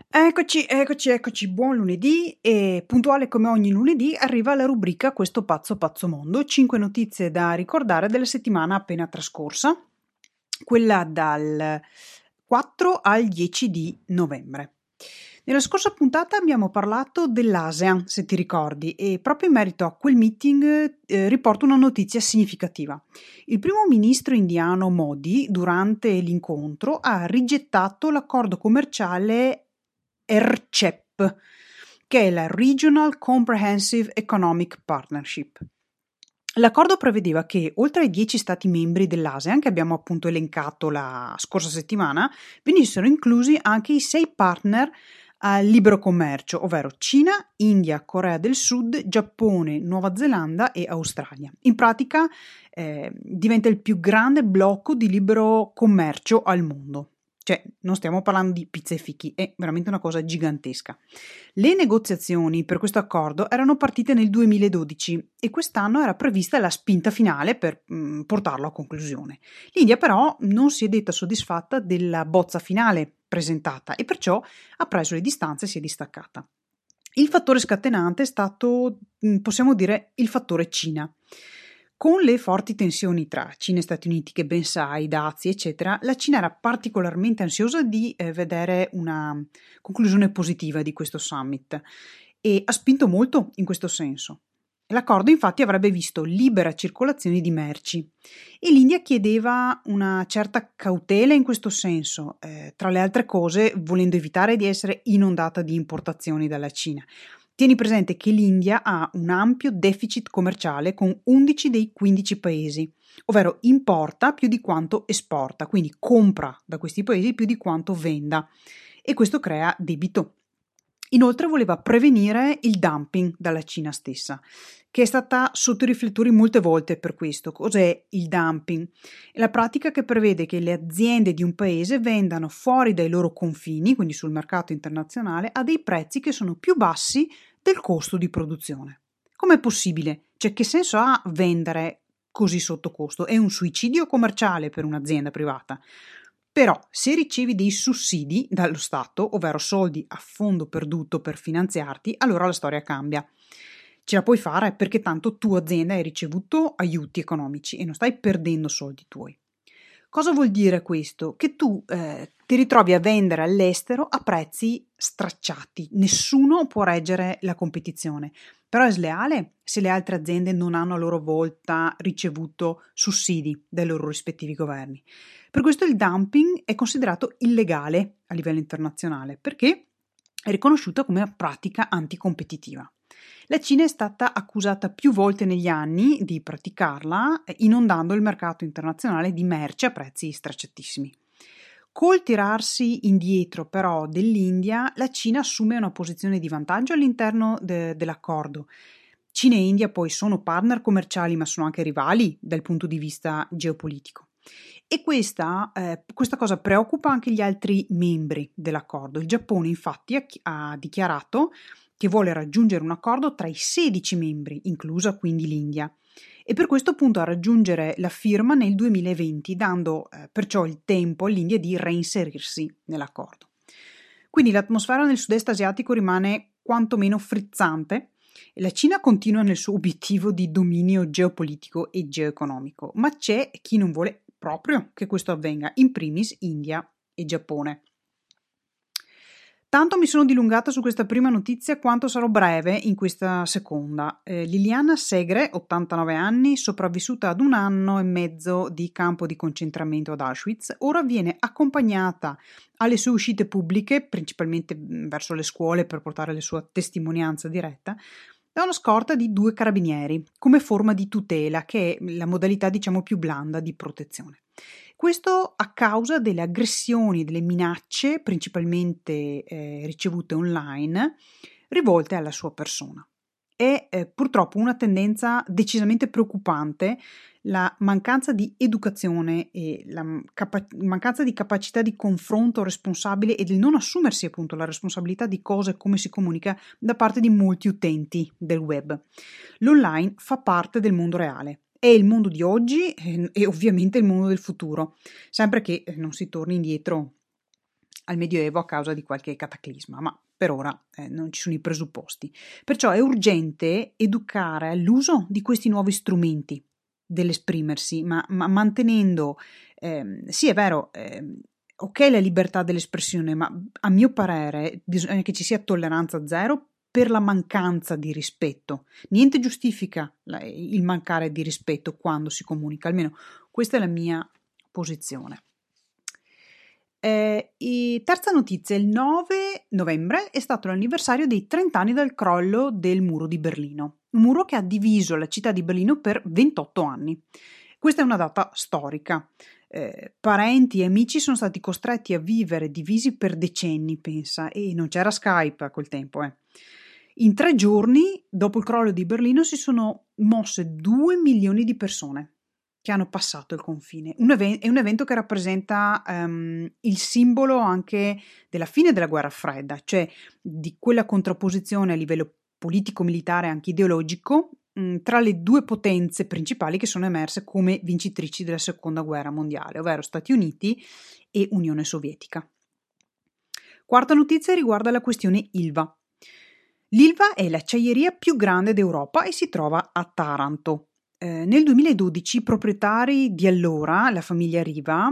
Eccoci, buon lunedì e puntuale come ogni lunedì arriva la rubrica Questo pazzo mondo, 5 notizie da ricordare della settimana appena trascorsa, quella dal 4 al 10 di novembre. Nella scorsa puntata abbiamo parlato dell'ASEAN, se ti ricordi, e proprio in merito a quel meeting riporto una notizia significativa. Il primo ministro indiano Modi, durante l'incontro, ha rigettato l'accordo commerciale RCEP, che è la Regional Comprehensive Economic Partnership. L'accordo prevedeva che, oltre ai 10 stati membri dell'ASEAN, che abbiamo appunto elencato la scorsa settimana, venissero inclusi anche i 6 partner a libero commercio, ovvero Cina, India, Corea del Sud, Giappone, Nuova Zelanda e Australia. In pratica diventa il più grande blocco di libero commercio al mondo. Cioè, non stiamo parlando di pizza e fichi, è veramente una cosa gigantesca. Le negoziazioni per questo accordo erano partite nel 2012 e quest'anno era prevista la spinta finale per portarlo a conclusione. L'India però non si è detta soddisfatta della bozza finale presentata e perciò ha preso le distanze e si è distaccata. Il fattore scatenante è stato, possiamo dire, il fattore Cina. Con le forti tensioni tra Cina e Stati Uniti, che ben sai, dazi, eccetera, la Cina era particolarmente ansiosa di vedere una conclusione positiva di questo summit e ha spinto molto in questo senso. L'accordo infatti avrebbe visto libera circolazione di merci e l'India chiedeva una certa cautela in questo senso, tra le altre cose volendo evitare di essere inondata di importazioni dalla Cina. Tieni presente che l'India ha un ampio deficit commerciale con 11 dei 15 paesi, ovvero importa più di quanto esporta, quindi compra da questi paesi più di quanto venda e questo crea debito. Inoltre voleva prevenire il dumping dalla Cina stessa, che è stata sotto i riflettori molte volte per questo. Cos'è il dumping? È la pratica che prevede che le aziende di un paese vendano fuori dai loro confini, quindi sul mercato internazionale, a dei prezzi che sono più bassi del costo di produzione. Com'è possibile? Cioè, che senso ha vendere così sotto costo? È un suicidio commerciale per un'azienda privata. Però, se ricevi dei sussidi dallo Stato, ovvero soldi a fondo perduto per finanziarti, allora la storia cambia. Ce la puoi fare perché tanto tu azienda hai ricevuto aiuti economici e non stai perdendo soldi tuoi. Cosa vuol dire questo? Che tu ti ritrovi a vendere all'estero a prezzi stracciati, nessuno può reggere la competizione, però è sleale se le altre aziende non hanno a loro volta ricevuto sussidi dai loro rispettivi governi. Per questo il dumping è considerato illegale a livello internazionale perché è riconosciuta come una pratica anticompetitiva. La Cina è stata accusata più volte negli anni di praticarla, inondando il mercato internazionale di merci a prezzi stracciatissimi. Col tirarsi indietro però dell'India, la Cina assume una posizione di vantaggio all'interno dell'accordo. Cina e India poi sono partner commerciali ma sono anche rivali dal punto di vista geopolitico. E questa cosa preoccupa anche gli altri membri dell'accordo. Il Giappone infatti ha dichiarato che vuole raggiungere un accordo tra i 16 membri, inclusa quindi l'India, e per questo punto a raggiungere la firma nel 2020, dando perciò il tempo all'India di reinserirsi nell'accordo. Quindi l'atmosfera nel sud-est asiatico rimane quantomeno frizzante e la Cina continua nel suo obiettivo di dominio geopolitico e geoeconomico, ma c'è chi non vuole proprio che questo avvenga, in primis India e Giappone. Tanto mi sono dilungata su questa prima notizia quanto sarò breve in questa seconda. Liliana Segre, 89 anni, sopravvissuta ad 1 anno e mezzo di campo di concentramento ad Auschwitz, ora viene accompagnata alle sue uscite pubbliche, principalmente verso le scuole per portare la sua testimonianza diretta, da una scorta di 2 carabinieri, come forma di tutela, che è la modalità diciamo più blanda di protezione. Questo a causa delle aggressioni, delle minacce, principalmente ricevute online, rivolte alla sua persona. È purtroppo una tendenza decisamente preoccupante la mancanza di educazione e la mancanza di capacità di confronto responsabile e del non assumersi appunto la responsabilità di cosa e come si comunica da parte di molti utenti del web. L'online fa parte del mondo reale. È il mondo di oggi e ovviamente il mondo del futuro, sempre che non si torni indietro al Medioevo a causa di qualche cataclisma, ma per ora non ci sono i presupposti. Perciò è urgente educare all'uso di questi nuovi strumenti dell'esprimersi, ma mantenendo, sì è vero, ok la libertà dell'espressione, ma a mio parere bisogna che ci sia tolleranza zero per la mancanza di rispetto. Niente giustifica il mancare di rispetto quando si comunica, almeno questa è la mia posizione. E terza notizia, il 9 novembre è stato l'anniversario dei 30 anni dal crollo del muro di Berlino, un muro che ha diviso la città di Berlino per 28 anni. Questa è una data storica. Parenti e amici sono stati costretti a vivere divisi per decenni, pensa, e non c'era Skype a quel tempo. In 3 giorni, dopo il crollo di Berlino, si sono mosse 2 milioni di persone che hanno passato il confine. È un evento che rappresenta il simbolo anche della fine della guerra fredda, cioè di quella contrapposizione a livello politico-militare e anche ideologico tra le due potenze principali che sono emerse come vincitrici della seconda guerra mondiale, ovvero Stati Uniti e Unione Sovietica. Quarta notizia riguarda la questione Ilva. L'Ilva è l'acciaieria più grande d'Europa e si trova a Taranto. Nel 2012 i proprietari di allora, la famiglia Riva,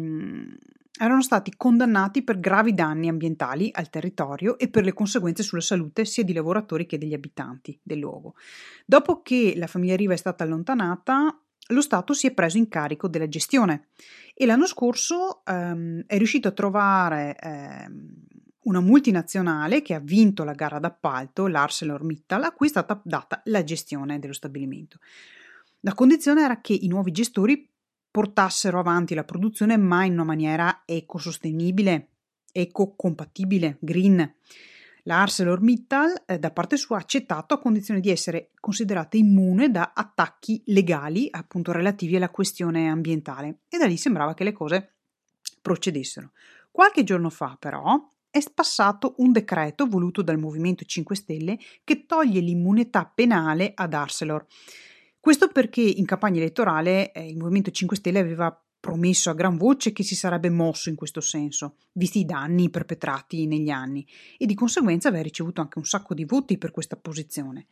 erano stati condannati per gravi danni ambientali al territorio e per le conseguenze sulla salute sia di lavoratori che degli abitanti del luogo. Dopo che la famiglia Riva è stata allontanata, lo Stato si è preso in carico della gestione e l'anno scorso è riuscito a trovare una multinazionale che ha vinto la gara d'appalto, l'ArcelorMittal, a cui è stata data la gestione dello stabilimento. La condizione era che i nuovi gestori portassero avanti la produzione ma in una maniera ecosostenibile, ecocompatibile, green. La ArcelorMittal da parte sua ha accettato a condizione di essere considerata immune da attacchi legali appunto relativi alla questione ambientale e da lì sembrava che le cose procedessero. Qualche giorno fa però è passato un decreto voluto dal Movimento 5 Stelle che toglie l'immunità penale ad Arcelor. Questo perché in campagna elettorale il Movimento 5 Stelle aveva promesso a gran voce che si sarebbe mosso in questo senso, visti i danni perpetrati negli anni, e di conseguenza aveva ricevuto anche un sacco di voti per questa posizione.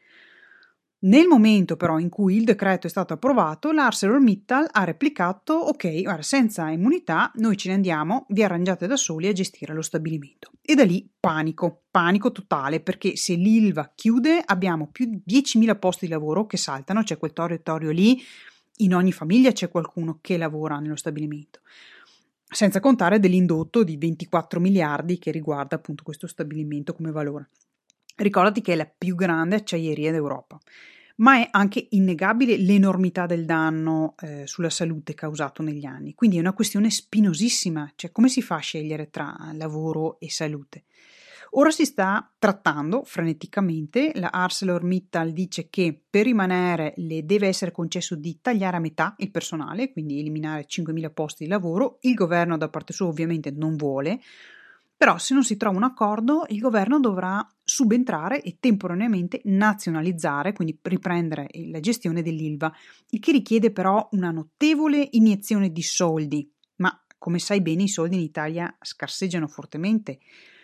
Nel momento però in cui il decreto è stato approvato, l'ArcelorMittal ha replicato: ok, guarda, senza immunità noi ce ne andiamo, vi arrangiate da soli a gestire lo stabilimento. E da lì panico totale, perché se l'Ilva chiude abbiamo più di 10.000 posti di lavoro che saltano, c'è quel territorio lì, in ogni famiglia c'è qualcuno che lavora nello stabilimento, senza contare dell'indotto di 24 miliardi che riguarda appunto questo stabilimento come valore. Ricordati che è la più grande acciaieria d'Europa, ma è anche innegabile l'enormità del danno sulla salute causato negli anni, quindi è una questione spinosissima, cioè come si fa a scegliere tra lavoro e salute? Ora si sta trattando freneticamente, la ArcelorMittal dice che per rimanere le deve essere concesso di tagliare a metà il personale, quindi eliminare 5.000 posti di lavoro, il governo da parte sua ovviamente non vuole, però se non si trova un accordo il governo dovrà subentrare e temporaneamente nazionalizzare, quindi riprendere la gestione dell'Ilva, il che richiede però una notevole iniezione di soldi, ma come sai bene i soldi in Italia scarseggiano fortemente.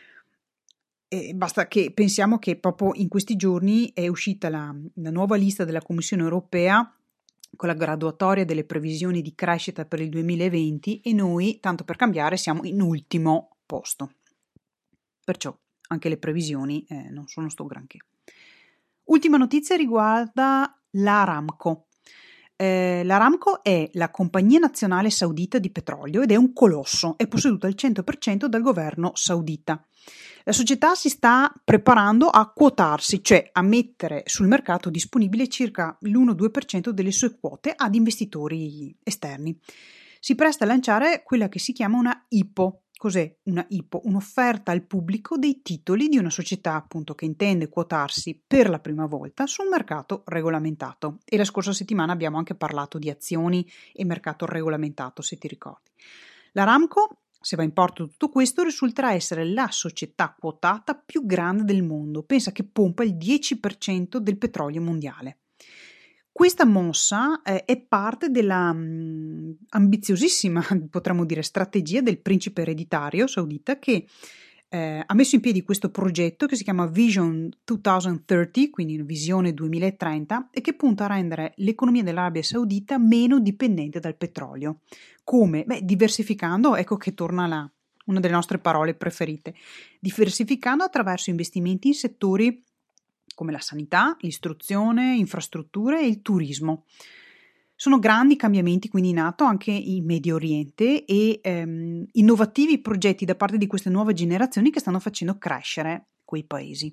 E basta che pensiamo che proprio in questi giorni è uscita la nuova lista della Commissione europea con la graduatoria delle previsioni di crescita per il 2020 e noi, tanto per cambiare, siamo in ultimo posto. Perciò anche le previsioni non sono sto granché. Ultima notizia riguarda l'Aramco. L'Aramco è la compagnia nazionale saudita di petrolio ed è un colosso, è posseduta al 100% dal governo saudita. La società si sta preparando a quotarsi, cioè a mettere sul mercato disponibile circa l'1-2% delle sue quote ad investitori esterni. Si presta a lanciare quella che si chiama una IPO. Cos'è una IPO? Un'offerta al pubblico dei titoli di una società appunto che intende quotarsi per la prima volta su un mercato regolamentato. E la scorsa settimana abbiamo anche parlato di azioni e mercato regolamentato, se ti ricordi. L'Aramco, se va in porto tutto questo, risulterà essere la società quotata più grande del mondo. Pensa che pompa il 10% del petrolio mondiale. Questa mossa è parte della ambiziosissima, potremmo dire, strategia del principe ereditario saudita che ha messo in piedi questo progetto che si chiama Vision 2030, quindi Visione 2030, e che punta a rendere l'economia dell'Arabia Saudita meno dipendente dal petrolio. Come? Beh, diversificando, ecco che torna una delle nostre parole preferite, diversificando attraverso investimenti in settori come la sanità, l'istruzione, infrastrutture e il turismo. Sono grandi cambiamenti quindi in atto anche in Medio Oriente e innovativi progetti da parte di queste nuove generazioni che stanno facendo crescere quei paesi.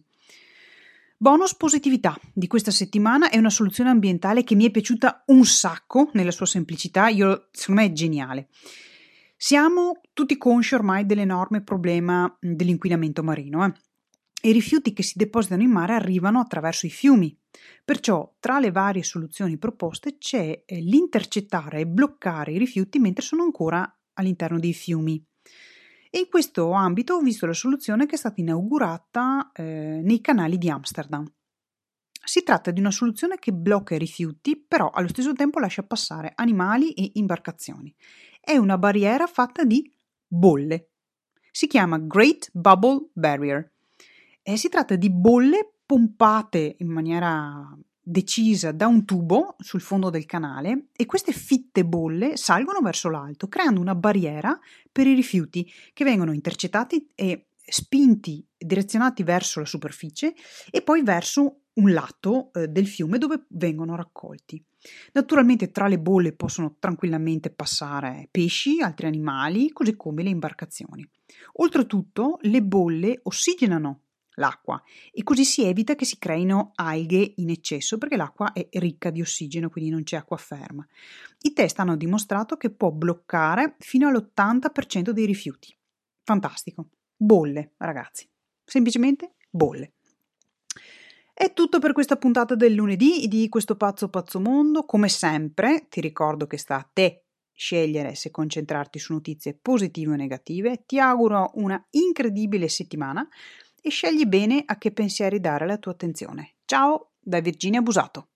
Bonus positività di questa settimana è una soluzione ambientale che mi è piaciuta un sacco nella sua semplicità, secondo me è geniale. Siamo tutti consci ormai dell'enorme problema dell'inquinamento marino. I rifiuti che si depositano in mare arrivano attraverso i fiumi. Perciò, tra le varie soluzioni proposte, c'è l'intercettare e bloccare i rifiuti mentre sono ancora all'interno dei fiumi. E in questo ambito ho visto la soluzione che è stata inaugurata nei canali di Amsterdam. Si tratta di una soluzione che blocca i rifiuti, però allo stesso tempo lascia passare animali e imbarcazioni. È una barriera fatta di bolle. Si chiama Great Bubble Barrier. Si tratta di bolle pompate in maniera decisa da un tubo sul fondo del canale e queste fitte bolle salgono verso l'alto, creando una barriera per i rifiuti che vengono intercettati e spinti, direzionati verso la superficie e poi verso un lato del fiume dove vengono raccolti. Naturalmente tra le bolle possono tranquillamente passare pesci, altri animali, così come le imbarcazioni. Oltretutto le bolle ossigenano l'acqua e così si evita che si creino alghe in eccesso perché l'acqua è ricca di ossigeno, quindi non c'è acqua ferma. I test hanno dimostrato che può bloccare fino all'80% dei rifiuti. Fantastico. Bolle, ragazzi. Semplicemente bolle. È tutto per questa puntata del lunedì di questo pazzo mondo. Come sempre, ti ricordo che sta a te scegliere se concentrarti su notizie positive o negative. Ti auguro una incredibile settimana e scegli bene a che pensieri dare la tua attenzione. Ciao da Virginia Busato.